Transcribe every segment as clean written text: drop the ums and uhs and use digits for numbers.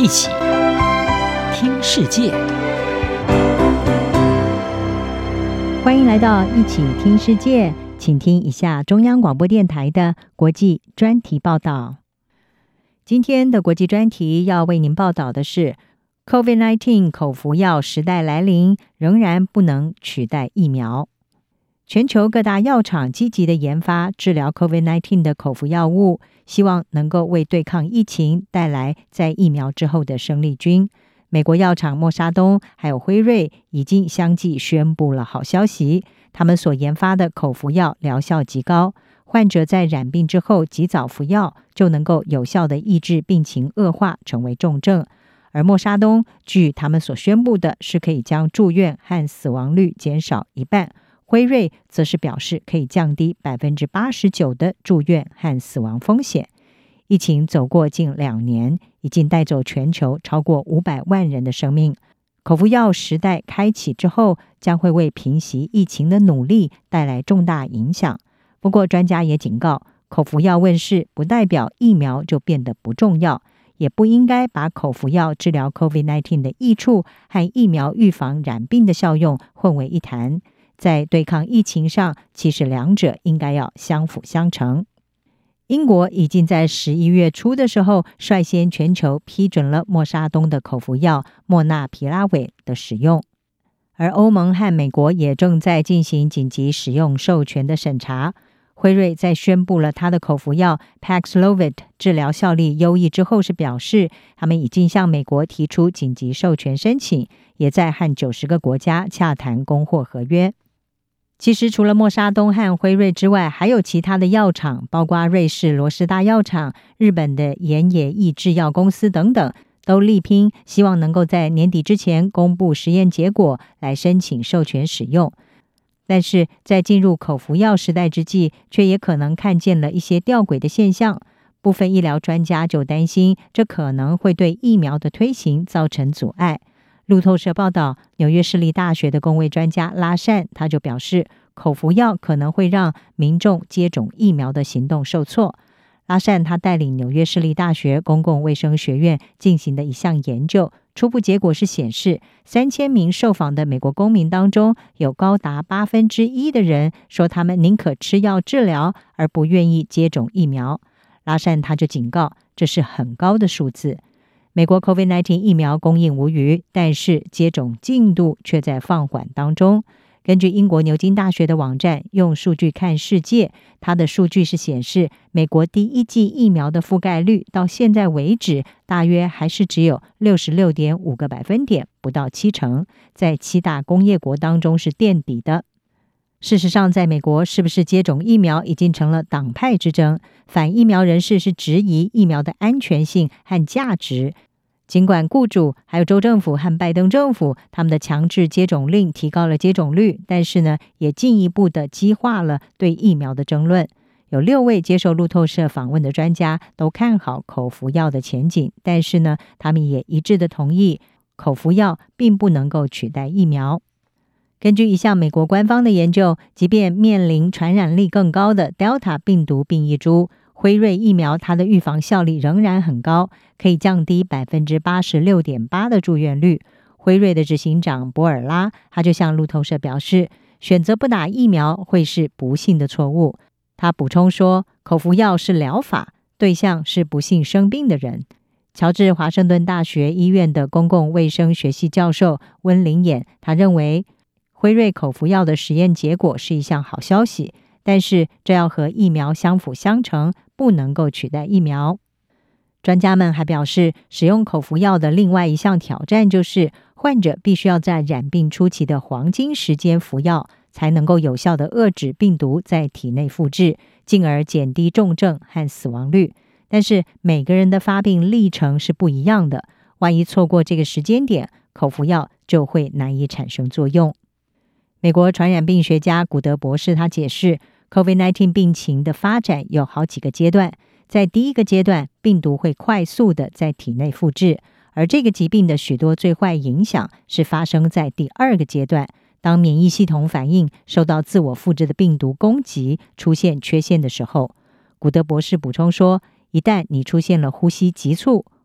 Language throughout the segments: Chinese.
一起听世界。 欢迎来到一起听世界，请听一下中央广播电台的国际专题报道。今天的国际专题要为您报道的是 COVID-19 口服药时代来临，仍然不能取代疫苗。全球各大药厂积极的研发治疗 COVID-19 的口服药物，希望能够为对抗疫情带来在疫苗之后的生力军。美国药厂默沙东还有辉瑞已经相继宣布了好消息，他们所研发的口服药疗效极高，患者在染病之后及早服药，就能够有效的抑制病情恶化成为重症。而默沙东据他们所宣布的是可以将住院和死亡率减少一半，辉瑞则是表示可以降低 89% 的住院和死亡风险。疫情走过近2年，已经带走全球超过500万人的生命。口服药时代开启之后，将会为平息疫情的努力带来重大影响。不过专家也警告，口服药问世不代表疫苗就变得不重要，也不应该把口服药治疗 COVID-19 的益处和疫苗预防染病的效用混为一谈。在对抗疫情上，其实两者应该要相辅相成。英国已经在11月初的时候率先全球批准了默沙东的口服药莫纳皮拉韦的使用，而欧盟和美国也正在进行紧急使用授权的审查。辉瑞在宣布了他的口服药 Paxlovid 治疗效力优异之后，是表示他们已经向美国提出紧急授权申请，也在和90个国家洽谈供货合约。其实除了默沙东和辉瑞之外，还有其他的药厂，包括瑞士罗斯大药厂、日本的岩野义制药公司等等，都力拼希望能够在年底之前公布实验结果来申请授权使用。但是在进入口服药时代之际，却也可能看见了一些吊诡的现象。部分医疗专家就担心，这可能会对疫苗的推行造成阻碍。路透社报道，纽约市立大学的公卫专家拉善他就表示，口服药可能会让民众接种疫苗的行动受挫。拉善他带领纽约市立大学公共卫生学院进行的一项研究，初步结果是显示，3000名受访的美国公民当中，有高达1/8的人说他们宁可吃药治疗，而不愿意接种疫苗。拉善他就警告，这是很高的数字。美国 COVID-19 疫苗供应无虞，但是接种进度却在放缓当中。根据英国牛津大学的网站用数据看世界，它的数据是显示，美国第一剂疫苗的覆盖率到现在为止大约还是只有 66.5 个百分点，不到70%，在7大工业国当中是垫底的。事实上，在美国是不是接种疫苗已经成了党派之争，反疫苗人士是质疑疫苗的安全性和价值。尽管雇主还有州政府和拜登政府他们的强制接种令提高了接种率，但是呢，也进一步的激化了对疫苗的争论。有6位接受路透社访问的专家都看好口服药的前景，但是呢，他们也一致的同意，口服药并不能够取代疫苗。根据一项美国官方的研究，即便面临传染力更高的 Delta 病毒变异株，辉瑞疫苗它的预防效力仍然很高，可以降低 86.8% 的住院率。辉瑞的执行长博尔拉他就向路透社表示，选择不打疫苗会是不幸的错误。他补充说，口服药是疗法，对象是不幸生病的人。乔治华盛顿大学医院的公共卫生学系教授温林衍他认为，辉瑞口服药的实验结果是一项好消息，但是这要和疫苗相辅相成，不能够取代疫苗。专家们还表示，使用口服药的另外一项挑战就是，患者必须要在染病初期的黄金时间服药，才能够有效地遏制病毒在体内复制，进而减低重症和死亡率。但是每个人的发病历程是不一样的，万一错过这个时间点，口服药就会难以产生作用。美国传染病学家古德博士他解释， COVID-19 病情的发展有好几个阶段。在第一个阶段，病毒会快速的在体内复制，而这个疾病的许多最坏影响是发生在第二个阶段，当免疫系统反应受到自我复制的病毒攻击出现缺陷的时候。古德博士补充说，一旦你出现了呼吸急促、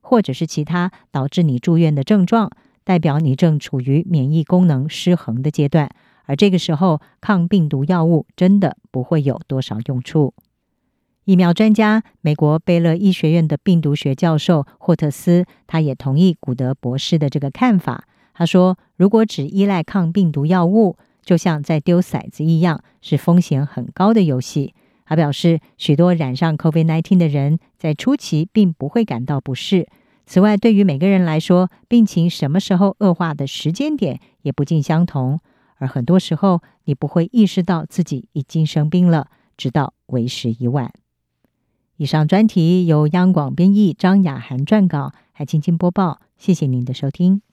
或者是其他导致你住院的症状，代表你正处于免疫功能失衡的阶段，而这个时候抗病毒药物真的不会有多少用处。疫苗专家美国贝勒医学院的病毒学教授霍特斯，他也同意古德博士的这个看法。他说，如果只依赖抗病毒药物，就像在丢骰子一样，是风险很高的游戏。他表示，许多染上 COVID-19 的人在初期并不会感到不适。此外，对于每个人来说，病情什么时候恶化的时间点也不尽相同，而很多时候你不会意识到自己已经生病了，直到为时已晚。以上专题由央广编译，张雅涵撰稿，还青青播报。谢谢您的收听。